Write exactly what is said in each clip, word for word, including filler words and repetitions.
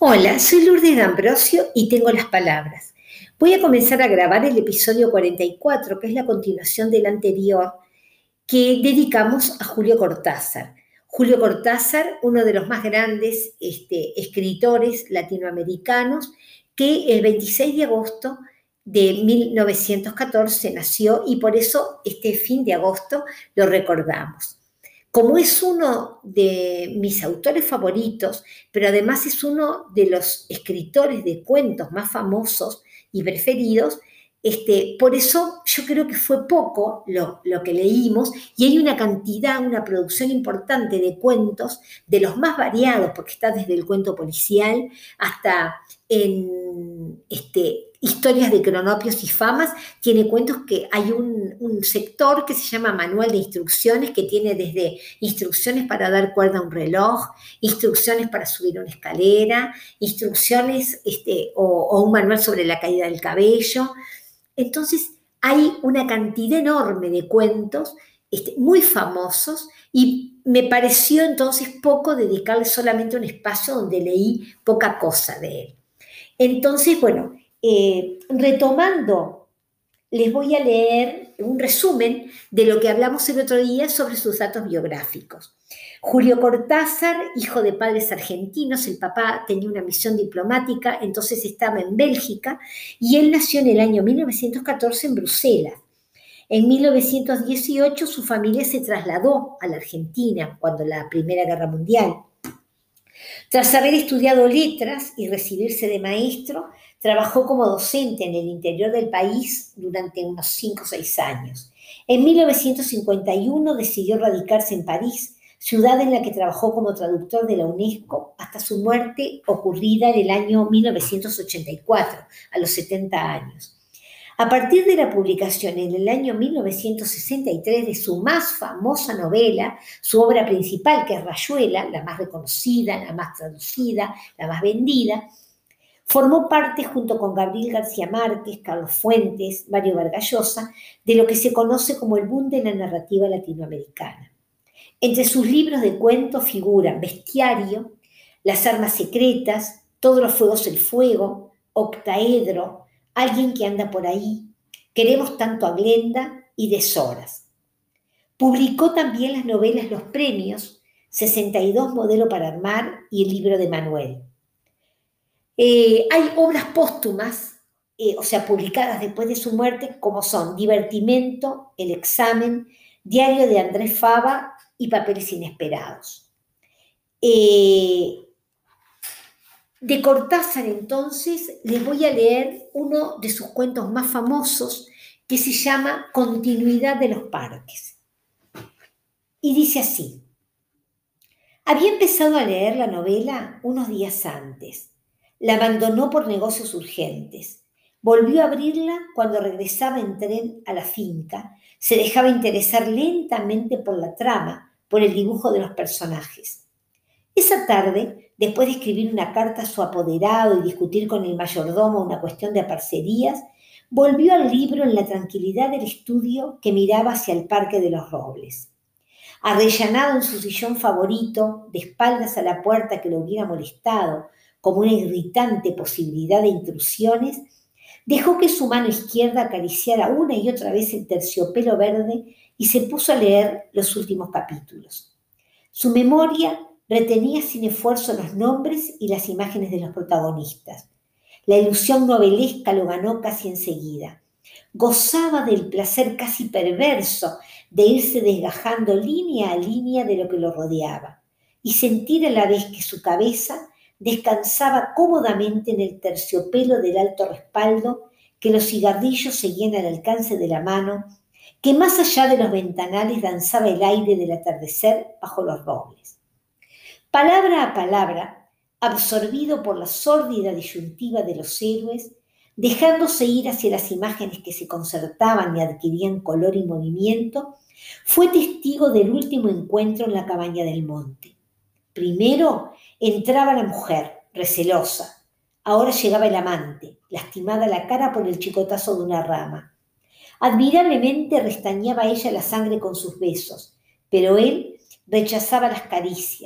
Hola, soy Lourdes D'Ambrosio y tengo las palabras. Voy a comenzar a grabar el episodio cuarenta y cuatro, que es la continuación del anterior, que dedicamos a Julio Cortázar. Julio Cortázar, uno de los más grandes este, escritores latinoamericanos, que el veintiséis de agosto de mil novecientos catorce nació y por eso este fin de agosto lo recordamos. Como es uno de mis autores favoritos, pero además es uno de los escritores de cuentos más famosos y preferidos, este, por eso yo creo que fue poco lo, lo que leímos y hay una cantidad, una producción importante de cuentos, de los más variados, porque está desde el cuento policial hasta en este, historias de cronopios y famas. Tiene cuentos que hay un, un sector que se llama Manual de Instrucciones, que tiene desde instrucciones para dar cuerda a un reloj, instrucciones para subir una escalera, instrucciones este, o, o un manual sobre la caída del cabello. Entonces hay una cantidad enorme de cuentos este, muy famosos y me pareció entonces poco dedicarle solamente un espacio donde leí poca cosa de él. Entonces, bueno, eh, retomando, les voy a leer un resumen de lo que hablamos el otro día sobre sus datos biográficos. Julio Cortázar, hijo de padres argentinos, el papá tenía una misión diplomática, entonces estaba en Bélgica, y él nació en el año mil novecientos catorce en Bruselas. En mil novecientos dieciocho su familia se trasladó a la Argentina cuando la Primera Guerra Mundial. Tras haber estudiado letras y recibirse de maestro, trabajó como docente en el interior del país durante unos cinco o seis años. En mil novecientos cincuenta y uno decidió radicarse en París, ciudad en la que trabajó como traductor de la UNESCO hasta su muerte ocurrida en el año mil novecientos ochenta y cuatro, a los setenta años. A partir de la publicación en el año mil novecientos sesenta y tres de su más famosa novela, su obra principal, que es Rayuela, la más reconocida, la más traducida, la más vendida, formó parte, junto con Gabriel García Márquez, Carlos Fuentes, Mario Vargas Llosa, de lo que se conoce como el boom de la narrativa latinoamericana. Entre sus libros de cuentos figuran Bestiario, Las armas secretas, Todos los fuegos el fuego, Octaedro, Alguien que anda por ahí, Queremos tanto a Glenda y Deshoras. Publicó también las novelas Los Premios, sesenta y dos Modelo para Armar y El libro de Manuel. Eh, hay obras póstumas, eh, o sea, publicadas después de su muerte, como son Divertimento, El examen, Diario de Andrés Fava y Papeles inesperados. Eh, De Cortázar, entonces, les voy a leer uno de sus cuentos más famosos que se llama Continuidad de los parques. Y dice así: había empezado a leer la novela unos días antes. La abandonó por negocios urgentes. Volvió a abrirla cuando regresaba en tren a la finca. Se dejaba interesar lentamente por la trama, por el dibujo de los personajes. Esa tarde, después de escribir una carta a su apoderado y discutir con el mayordomo una cuestión de parcerías, volvió al libro en la tranquilidad del estudio que miraba hacia el Parque de los Robles. Arrellanado en su sillón favorito, de espaldas a la puerta que lo hubiera molestado, como una irritante posibilidad de intrusiones, dejó que su mano izquierda acariciara una y otra vez el terciopelo verde y se puso a leer los últimos capítulos. Su memoria retenía sin esfuerzo los nombres y las imágenes de los protagonistas. La ilusión novelesca lo ganó casi enseguida. Gozaba del placer casi perverso de irse desgajando línea a línea de lo que lo rodeaba y sentir a la vez que su cabeza descansaba cómodamente en el terciopelo del alto respaldo, que los cigarrillos seguían al alcance de la mano, que más allá de los ventanales danzaba el aire del atardecer bajo los robles. Palabra a palabra, absorbido por la sórdida disyuntiva de los héroes, dejándose ir hacia las imágenes que se concertaban y adquirían color y movimiento, fue testigo del último encuentro en la cabaña del monte. Primero entraba la mujer, recelosa. Ahora llegaba el amante, lastimada la cara por el chicotazo de una rama. Admirablemente restañaba ella la sangre con sus besos, pero él rechazaba las caricias,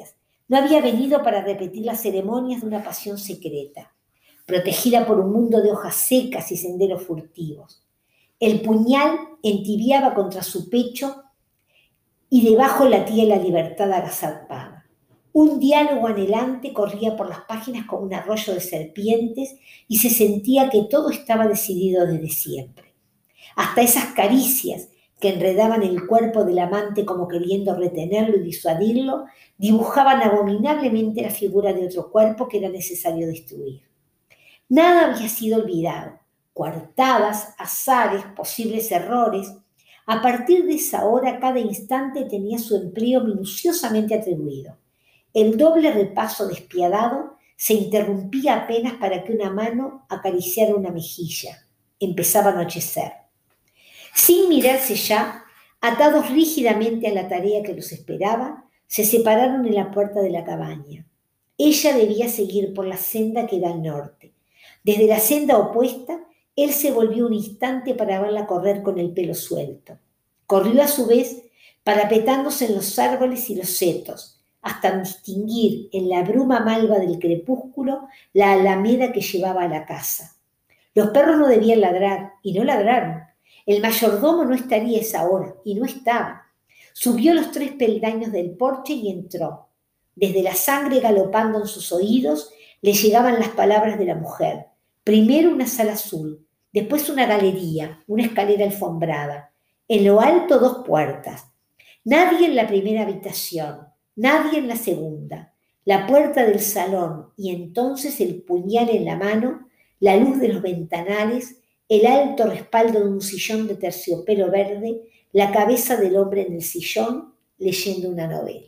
No había venido para repetir las ceremonias de una pasión secreta, protegida por un mundo de hojas secas y senderos furtivos. El puñal entibiaba contra su pecho y debajo latía la libertad agazapada. Un diálogo anhelante corría por las páginas como un arroyo de serpientes y se sentía que todo estaba decidido desde siempre. Hasta esas caricias que enredaban el cuerpo del amante como queriendo retenerlo y disuadirlo, dibujaban abominablemente la figura de otro cuerpo que era necesario destruir. Nada había sido olvidado, coartadas, azares, posibles errores. A partir de esa hora, cada instante tenía su empleo minuciosamente atribuido. El doble repaso despiadado se interrumpía apenas para que una mano acariciara una mejilla. Empezaba a anochecer. Sin mirarse ya, atados rígidamente a la tarea que los esperaba, se separaron en la puerta de la cabaña. Ella debía seguir por la senda que da al norte. Desde la senda opuesta, él se volvió un instante para verla correr con el pelo suelto. Corrió a su vez, parapetándose en los árboles y los setos, hasta distinguir en la bruma malva del crepúsculo la alameda que llevaba a la casa. Los perros no debían ladrar, y no ladraron. El mayordomo no estaría esa hora, y no estaba. Subió los tres peldaños del porche y entró. Desde la sangre galopando en sus oídos, le llegaban las palabras de la mujer. Primero una sala azul, después una galería, una escalera alfombrada. En lo alto dos puertas. Nadie en la primera habitación, nadie en la segunda. La puerta del salón y entonces el puñal en la mano, la luz de los ventanales, el alto respaldo de un sillón de terciopelo verde, la cabeza del hombre en el sillón leyendo una novela.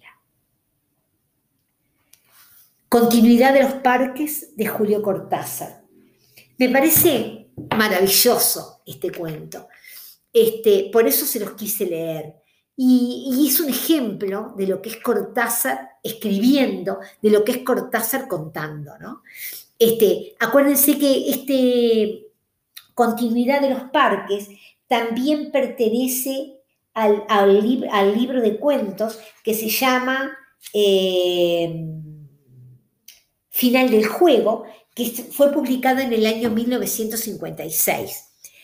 Continuidad de los parques de Julio Cortázar. Me parece maravilloso este cuento. Este, por eso se los quise leer. Y, y es un ejemplo de lo que es Cortázar escribiendo, de lo que es Cortázar contando, ¿no? Este, acuérdense que este Continuidad de los parques también pertenece al, al, lib- al libro de cuentos que se llama eh, Final del juego, que fue publicado en el año mil novecientos cincuenta y seis.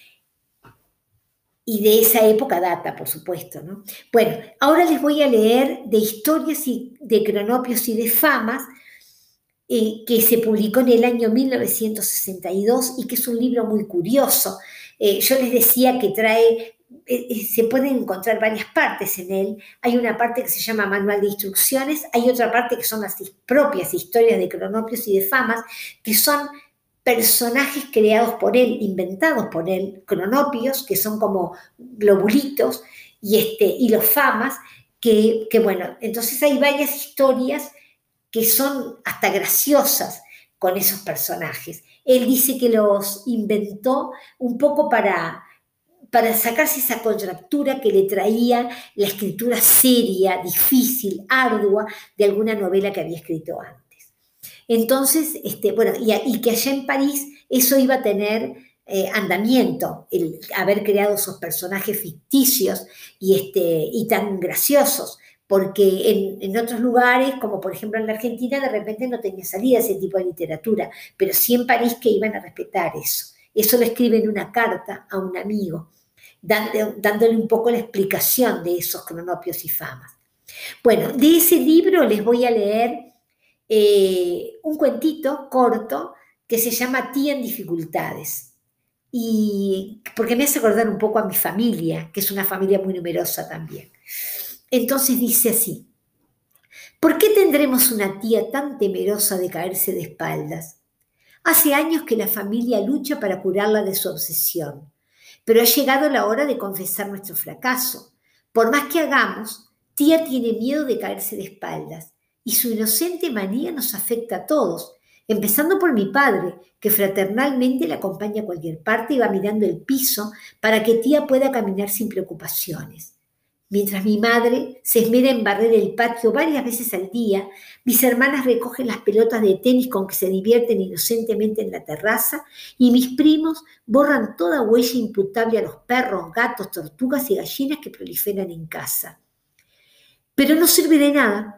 Y de esa época data, por supuesto, ¿no? Bueno, ahora les voy a leer de historias y de cronopios y de famas, eh, que se publicó en el año mil novecientos sesenta y dos y que es un libro muy curioso. Eh, yo les decía que trae, eh, se pueden encontrar varias partes en él. Hay una parte que se llama Manual de Instrucciones, hay otra parte que son las propias historias de cronopios y de famas, que son personajes creados por él, inventados por él, cronopios, que son como globulitos, y, este, y los famas, que, que bueno, entonces hay varias historias que son hasta graciosas con esos personajes. Él dice que los inventó un poco para, para sacarse esa contractura que le traía la escritura seria, difícil, ardua de alguna novela que había escrito antes. Entonces, este, bueno, y, y que allá en París eso iba a tener eh, andamiento, el haber creado esos personajes ficticios y, este, y tan graciosos, porque en, en otros lugares, como por ejemplo en la Argentina, de repente no tenía salida ese tipo de literatura, pero sí en París que iban a respetar eso. Eso lo escribe en una carta a un amigo, dando, dándole un poco la explicación de esos cronopios y famas. Bueno, de ese libro les voy a leer eh, un cuentito corto que se llama Tía en dificultades, y porque me hace acordar un poco a mi familia, que es una familia muy numerosa también. Entonces dice así: ¿por qué tendremos una tía tan temerosa de caerse de espaldas? Hace años que la familia lucha para curarla de su obsesión, pero ha llegado la hora de confesar nuestro fracaso. Por más que hagamos, tía tiene miedo de caerse de espaldas, y su inocente manía nos afecta a todos, empezando por mi padre, que fraternalmente la acompaña a cualquier parte y va mirando el piso para que tía pueda caminar sin preocupaciones. Mientras mi madre se esmera en barrer el patio varias veces al día, mis hermanas recogen las pelotas de tenis con que se divierten inocentemente en la terraza y mis primos borran toda huella imputable a los perros, gatos, tortugas y gallinas que proliferan en casa. Pero no sirve de nada.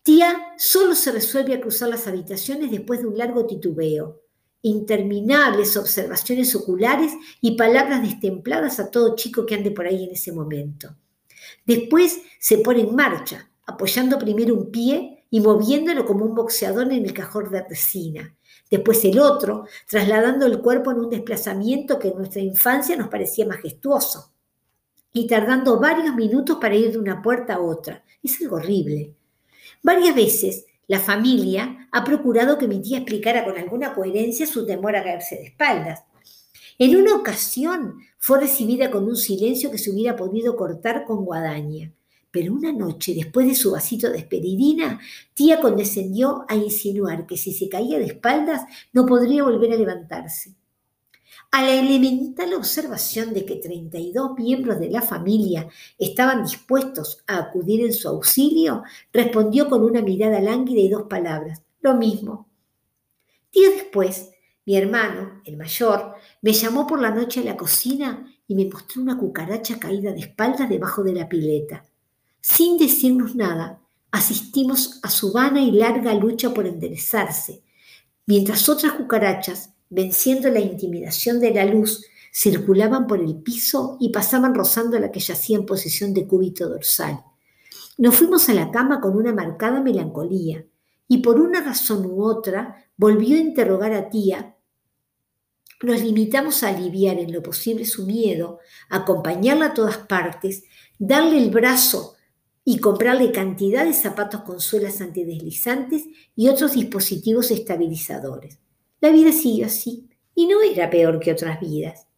Tía solo se resuelve a cruzar las habitaciones después de un largo titubeo, interminables observaciones oculares y palabras destempladas a todo chico que ande por ahí en ese momento. Después se pone en marcha, apoyando primero un pie y moviéndolo como un boxeador en el cajón de resina. Después el otro, trasladando el cuerpo en un desplazamiento que en nuestra infancia nos parecía majestuoso. Y tardando varios minutos para ir de una puerta a otra. Es algo horrible. Varias veces la familia ha procurado que mi tía explicara con alguna coherencia su temor a caerse de espaldas. En una ocasión fue recibida con un silencio que se hubiera podido cortar con guadaña. Pero una noche, después de su vasito de esperidina, tía condescendió a insinuar que si se caía de espaldas no podría volver a levantarse. A la elemental observación de que treinta y dos miembros de la familia estaban dispuestos a acudir en su auxilio, respondió con una mirada lánguida y dos palabras: lo mismo. Días después, mi hermano, el mayor, me llamó por la noche a la cocina y me mostró una cucaracha caída de espaldas debajo de la pileta. Sin decirnos nada, asistimos a su vana y larga lucha por enderezarse, mientras otras cucarachas, venciendo la intimidación de la luz, circulaban por el piso y pasaban rozando la que yacía en posición de cúbito dorsal. Nos fuimos a la cama con una marcada melancolía, y por una razón u otra volvió a interrogar a tía. Nos limitamos a aliviar en lo posible su miedo, acompañarla a todas partes, darle el brazo y comprarle cantidad de zapatos con suelas antideslizantes y otros dispositivos estabilizadores. La vida siguió así, y no era peor que otras vidas.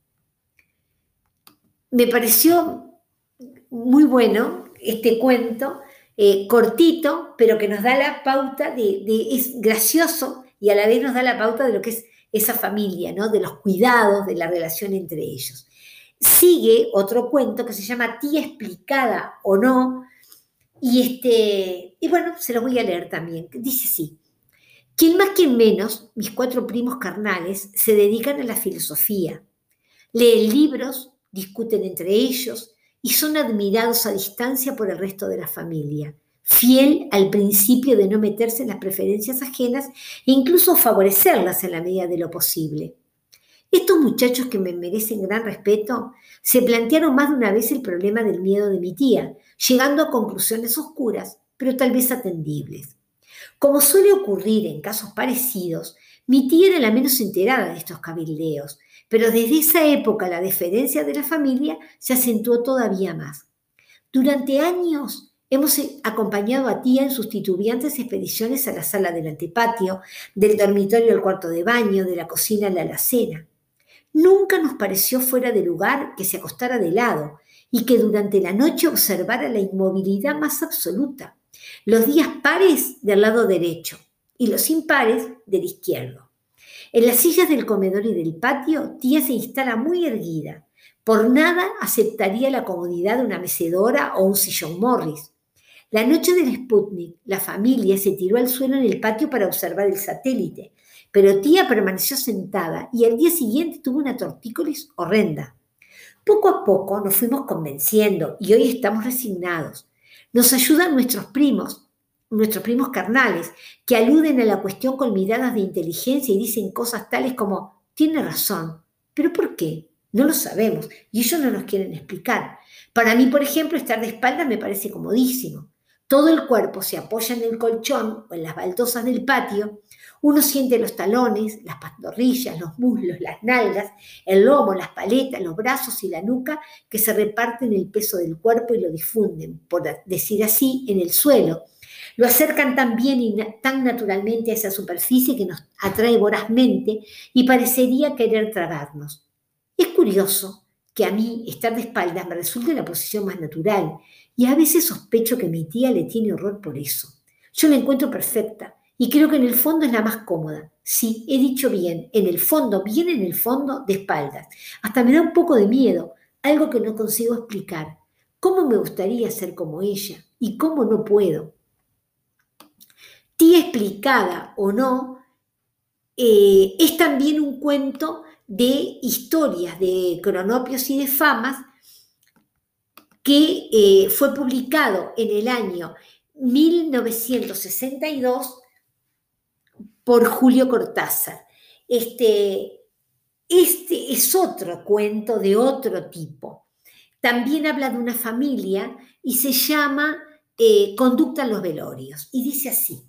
Me pareció muy bueno este cuento, eh, cortito, pero que nos da la pauta de, de, es gracioso y a la vez nos da la pauta de lo que es esa familia, ¿no? De los cuidados, de la relación entre ellos. Sigue otro cuento que se llama Tía explicada o no, y, este, y bueno, se lo voy a leer también. Dice así: quien más quien menos, mis cuatro primos carnales, se dedican a la filosofía. Leen libros, discuten entre ellos y son admirados a distancia por el resto de la familia, fiel al principio de no meterse en las preferencias ajenas e incluso favorecerlas en la medida de lo posible. Estos muchachos que me merecen gran respeto se plantearon más de una vez el problema del miedo de mi tía, llegando a conclusiones oscuras, pero tal vez atendibles. Como suele ocurrir en casos parecidos, mi tía era la menos enterada de estos cabildeos, pero desde esa época la deferencia de la familia se acentuó todavía más. Durante años hemos acompañado a tía en sus titubeantes expediciones a la sala del antepatio, del dormitorio al cuarto de baño, de la cocina a la alacena. Nunca nos pareció fuera de lugar que se acostara de lado y que durante la noche observara la inmovilidad más absoluta, los días pares del lado derecho y los impares del izquierdo. En las sillas del comedor y del patio, tía se instala muy erguida. Por nada aceptaría la comodidad de una mecedora o un sillón Morris. La noche del Sputnik, la familia se tiró al suelo en el patio para observar el satélite, pero tía permaneció sentada y al día siguiente tuvo una tortícolis horrenda. Poco a poco nos fuimos convenciendo y hoy estamos resignados. Nos ayudan nuestros primos, nuestros primos carnales, que aluden a la cuestión con miradas de inteligencia y dicen cosas tales como: tiene razón, ¿pero por qué? No lo sabemos y ellos no nos quieren explicar. Para mí, por ejemplo, estar de espaldas me parece comodísimo. Todo el cuerpo se apoya en el colchón o en las baldosas del patio. Uno siente los talones, las pantorrillas, los muslos, las nalgas, el lomo, las paletas, los brazos y la nuca que se reparten el peso del cuerpo y lo difunden, por decir así, en el suelo. Lo acercan tan bien y tan naturalmente a esa superficie que nos atrae vorazmente y parecería querer tragarnos. Es curioso que a mí estar de espaldas me resulte la posición más natural y a veces sospecho que mi tía le tiene horror por eso. Yo la encuentro perfecta y creo que en el fondo es la más cómoda. Sí, he dicho bien, en el fondo, bien en el fondo, de espaldas. Hasta me da un poco de miedo, algo que no consigo explicar. ¿Cómo me gustaría ser como ella y cómo no puedo? Tía explicada o no, eh, es también un cuento de historias de cronopios y de famas que eh, fue publicado en el año mil novecientos sesenta y dos por Julio Cortázar. Este, este es otro cuento de otro tipo. También habla de una familia y se llama eh, Conducta en los velorios. Y dice así: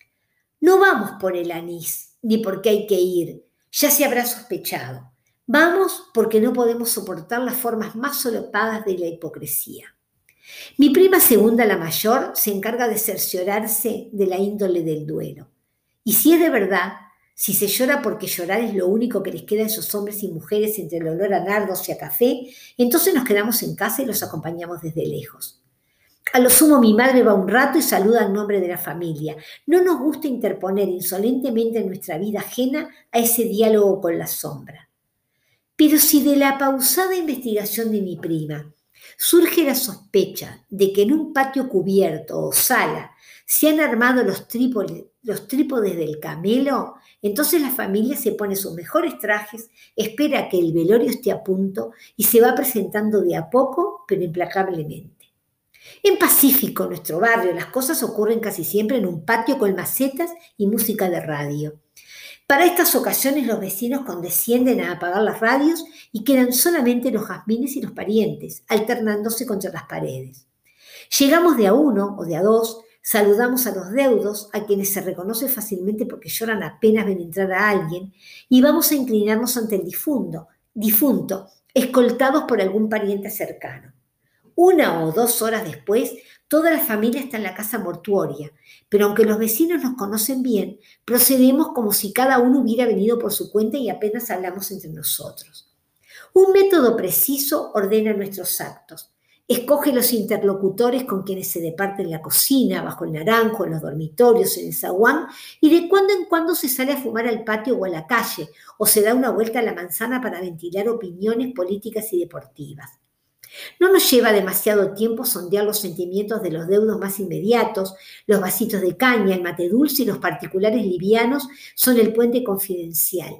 no vamos por el anís, ni porque hay que ir, ya se habrá sospechado. Vamos porque no podemos soportar las formas más solapadas de la hipocresía. Mi prima segunda, la mayor, se encarga de cerciorarse de la índole del duelo. Y si es de verdad, si se llora porque llorar es lo único que les queda a esos hombres y mujeres entre el olor a nardos y a café, entonces nos quedamos en casa y los acompañamos desde lejos. A lo sumo mi madre va un rato y saluda en nombre de la familia. No nos gusta interponer insolentemente en nuestra vida ajena a ese diálogo con la sombra. Pero si de la pausada investigación de mi prima surge la sospecha de que en un patio cubierto o sala se han armado los trípodes, los trípodes del camelo, entonces la familia se pone sus mejores trajes, espera que el velorio esté a punto y se va presentando de a poco, pero implacablemente. En Pacífico, nuestro barrio, las cosas ocurren casi siempre en un patio con macetas y música de radio. Para estas ocasiones los vecinos condescienden a apagar las radios y quedan solamente los jazmines y los parientes, alternándose contra las paredes. Llegamos de a uno o de a dos, saludamos a los deudos, a quienes se reconoce fácilmente porque lloran apenas ven entrar a alguien, y vamos a inclinarnos ante el difunto, difunto, escoltados por algún pariente cercano. Una o dos horas después, toda la familia está en la casa mortuoria, pero aunque los vecinos nos conocen bien, procedemos como si cada uno hubiera venido por su cuenta y apenas hablamos entre nosotros. Un método preciso ordena nuestros actos. Escoge los interlocutores con quienes se departe en la cocina, bajo el naranjo, en los dormitorios, en el zaguán, y de cuando en cuando se sale a fumar al patio o a la calle, o se da una vuelta a la manzana para ventilar opiniones políticas y deportivas. No nos lleva demasiado tiempo sondear los sentimientos de los deudos más inmediatos, los vasitos de caña, el mate dulce y los particulares livianos son el puente confidencial.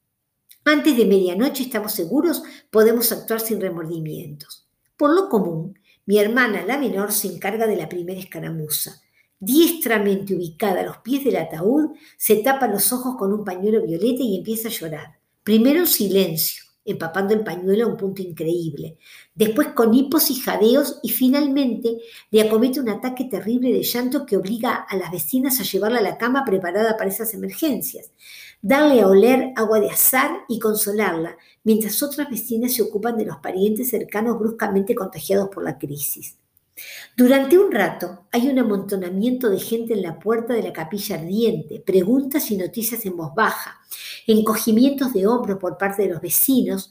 Antes de medianoche, estamos seguros, podemos actuar sin remordimientos. Por lo común, mi hermana, la menor, se encarga de la primera escaramuza. Diestramente ubicada a los pies del ataúd, se tapa los ojos con un pañuelo violeta y empieza a llorar. Primero en silencio, empapando el pañuelo a un punto increíble, después con hipos y jadeos y finalmente le acomete un ataque terrible de llanto que obliga a las vecinas a llevarla a la cama preparada para esas emergencias, darle a oler agua de azahar y consolarla, mientras otras vecinas se ocupan de los parientes cercanos bruscamente contagiados por la crisis. Durante un rato hay un amontonamiento de gente en la puerta de la capilla ardiente, preguntas y noticias en voz baja, encogimientos de hombros por parte de los vecinos,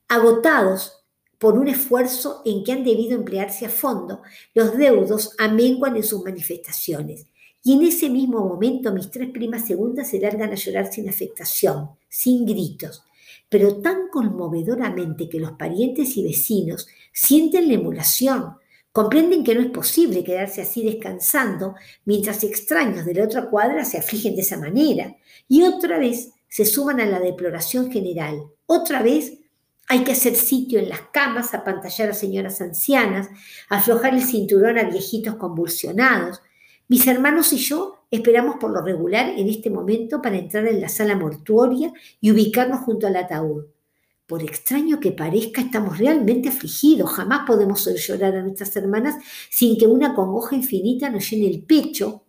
agotados por un esfuerzo en que han debido emplearse a fondo, los deudos amenguan en sus manifestaciones. Y en ese mismo momento mis tres primas segundas se largan a llorar sin afectación, sin gritos, pero tan conmovedoramente que los parientes y vecinos sienten la emulación. Comprenden que no es posible quedarse así descansando mientras extraños de la otra cuadra se afligen de esa manera. Y otra vez se suman a la deploración general. Otra vez hay que hacer sitio en las camas, apantallar a señoras ancianas, aflojar el cinturón a viejitos convulsionados. Mis hermanos y yo esperamos por lo regular en este momento para entrar en la sala mortuoria y ubicarnos junto al ataúd. Por extraño que parezca, estamos realmente afligidos. Jamás podemos oír llorar a nuestras hermanas sin que una congoja infinita nos llene el pecho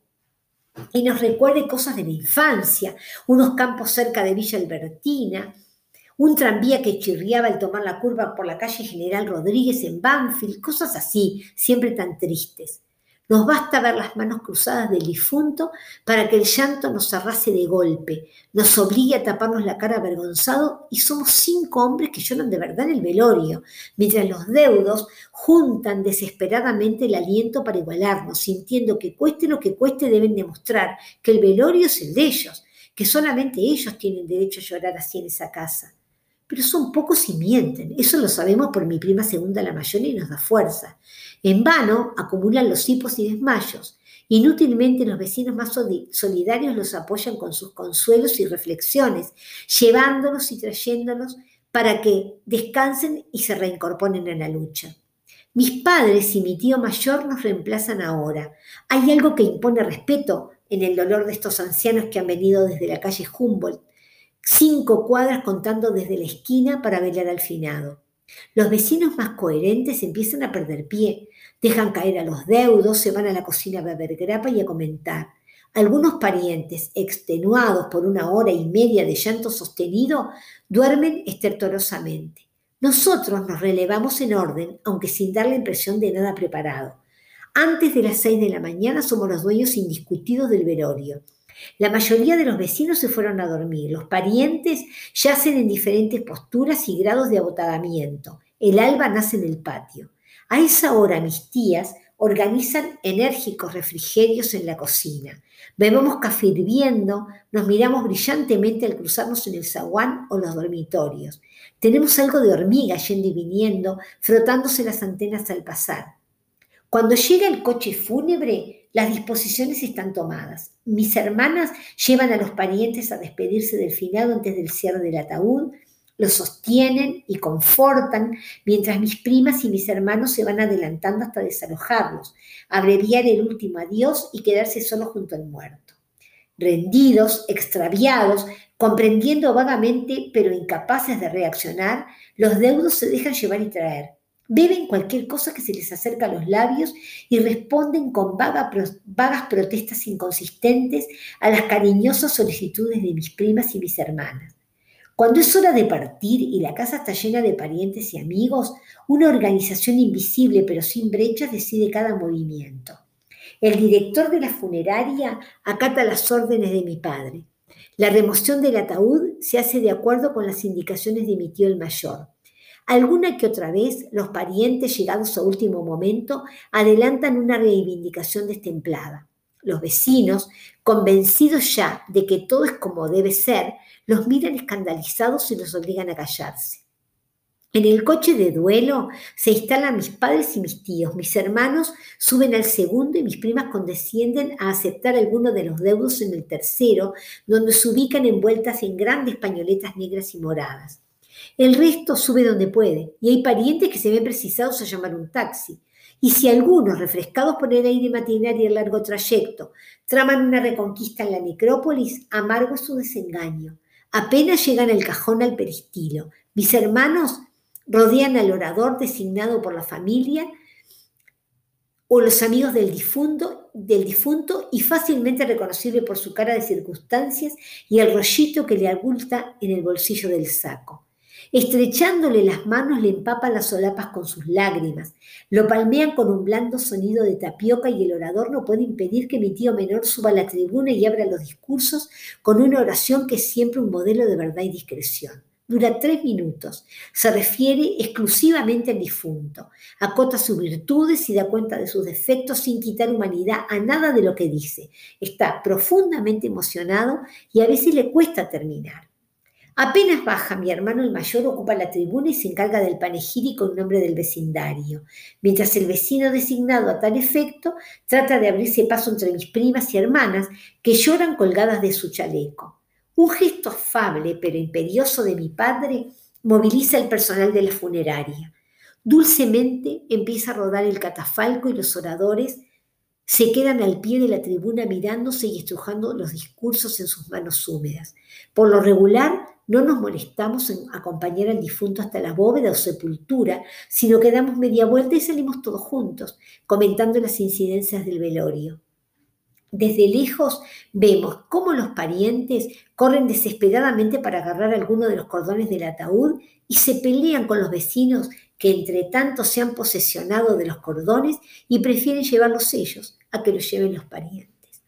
y nos recuerde cosas de la infancia, unos campos cerca de Villa Albertina, un tranvía que chirriaba al tomar la curva por la calle General Rodríguez en Banfield, cosas así, siempre tan tristes. Nos basta ver las manos cruzadas del difunto para que el llanto nos arrase de golpe, nos obligue a taparnos la cara avergonzado y somos cinco hombres que lloran de verdad en el velorio, mientras los deudos juntan desesperadamente el aliento para igualarnos, sintiendo que cueste lo que cueste deben demostrar que el velorio es el de ellos, que solamente ellos tienen derecho a llorar así en esa casa. Pero son pocos y mienten, eso lo sabemos por mi prima segunda la mayor y nos da fuerza. En vano acumulan los hipos y desmayos. Inútilmente los vecinos más solidarios los apoyan con sus consuelos y reflexiones, llevándolos y trayéndolos para que descansen y se reincorporen en la lucha. Mis padres y mi tío mayor nos reemplazan ahora. ¿Hay algo que impone respeto en el dolor de estos ancianos que han venido desde la calle Humboldt, cinco cuadras contando desde la esquina para velar al finado? Los vecinos más coherentes empiezan a perder pie, dejan caer a los deudos, se van a la cocina a beber grapa y a comentar. Algunos parientes, extenuados por una hora y media de llanto sostenido, duermen estertorosamente. Nosotros nos relevamos en orden, aunque sin dar la impresión de nada preparado. Antes de las seis de la mañana somos los dueños indiscutidos del velorio. La mayoría de los vecinos se fueron a dormir. Los parientes yacen en diferentes posturas y grados de abotagamiento. El alba nace en el patio. A esa hora mis tías organizan enérgicos refrigerios en la cocina. Bebemos café hirviendo, nos miramos brillantemente al cruzarnos en el zaguán o los dormitorios. Tenemos algo de hormiga yendo y viniendo, frotándose las antenas al pasar. Cuando llega el coche fúnebre, las disposiciones están tomadas. Mis hermanas llevan a los parientes a despedirse del finado antes del cierre del ataúd, lo sostienen y confortan, mientras mis primas y mis hermanos se van adelantando hasta desalojarlos, abreviar el último adiós y quedarse solos junto al muerto. Rendidos, extraviados, comprendiendo vagamente pero incapaces de reaccionar, los deudos se dejan llevar y traer. Beben cualquier cosa que se les acerca a los labios y responden con vaga, vagas protestas inconsistentes a las cariñosas solicitudes de mis primas y mis hermanas. Cuando es hora de partir y la casa está llena de parientes y amigos, una organización invisible pero sin brechas decide cada movimiento. El director de la funeraria acata las órdenes de mi padre. La remoción del ataúd se hace de acuerdo con las indicaciones de mi tío el mayor. Alguna que otra vez, los parientes llegados a último momento adelantan una reivindicación destemplada. Los vecinos, convencidos ya de que todo es como debe ser, los miran escandalizados y los obligan a callarse. En el coche de duelo se instalan mis padres y mis tíos. Mis hermanos suben al segundo y mis primas condescienden a aceptar algunos de los deudos en el tercero, donde se ubican envueltas en grandes pañoletas negras y moradas. El resto sube donde puede, y hay parientes que se ven precisados a llamar un taxi. Y si algunos, refrescados por el aire matinal y el largo trayecto, traman una reconquista en la necrópolis, amargo es su desengaño. Apenas llegan al cajón al peristilo. Mis hermanos rodean al orador designado por la familia o los amigos del difunto, del difunto y fácilmente reconocible por su cara de circunstancias y el rollito que le abulta en el bolsillo del saco. Estrechándole las manos le empapan las solapas con sus lágrimas, lo palmean con un blando sonido de tapioca y el orador no puede impedir que mi tío menor suba a la tribuna y abra los discursos con una oración que es siempre un modelo de verdad y discreción. Dura tres minutos, se refiere exclusivamente al difunto, acota sus virtudes y da cuenta de sus defectos sin quitar humanidad a nada de lo que dice. Está profundamente emocionado y a veces le cuesta terminar. Apenas baja, mi hermano el mayor ocupa la tribuna y se encarga del panegírico en nombre del vecindario, mientras el vecino designado a tal efecto trata de abrirse paso entre mis primas y hermanas que lloran colgadas de su chaleco. Un gesto afable pero imperioso de mi padre moviliza el personal de la funeraria. Dulcemente empieza a rodar el catafalco y los oradores se quedan al pie de la tribuna mirándose y estrujando los discursos en sus manos húmedas. Por lo regular, no nos molestamos en acompañar al difunto hasta la bóveda o sepultura, sino que damos media vuelta y salimos todos juntos, comentando las incidencias del velorio. Desde lejos vemos cómo los parientes corren desesperadamente para agarrar alguno de los cordones del ataúd y se pelean con los vecinos que entre tanto se han posesionado de los cordones y prefieren llevarlos ellos a que los lleven los parientes.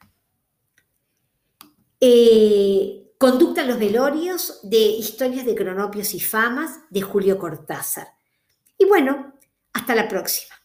Eh, Conducta en los velorios de Historias de Cronopios y Famas de Julio Cortázar. Y bueno, hasta la próxima.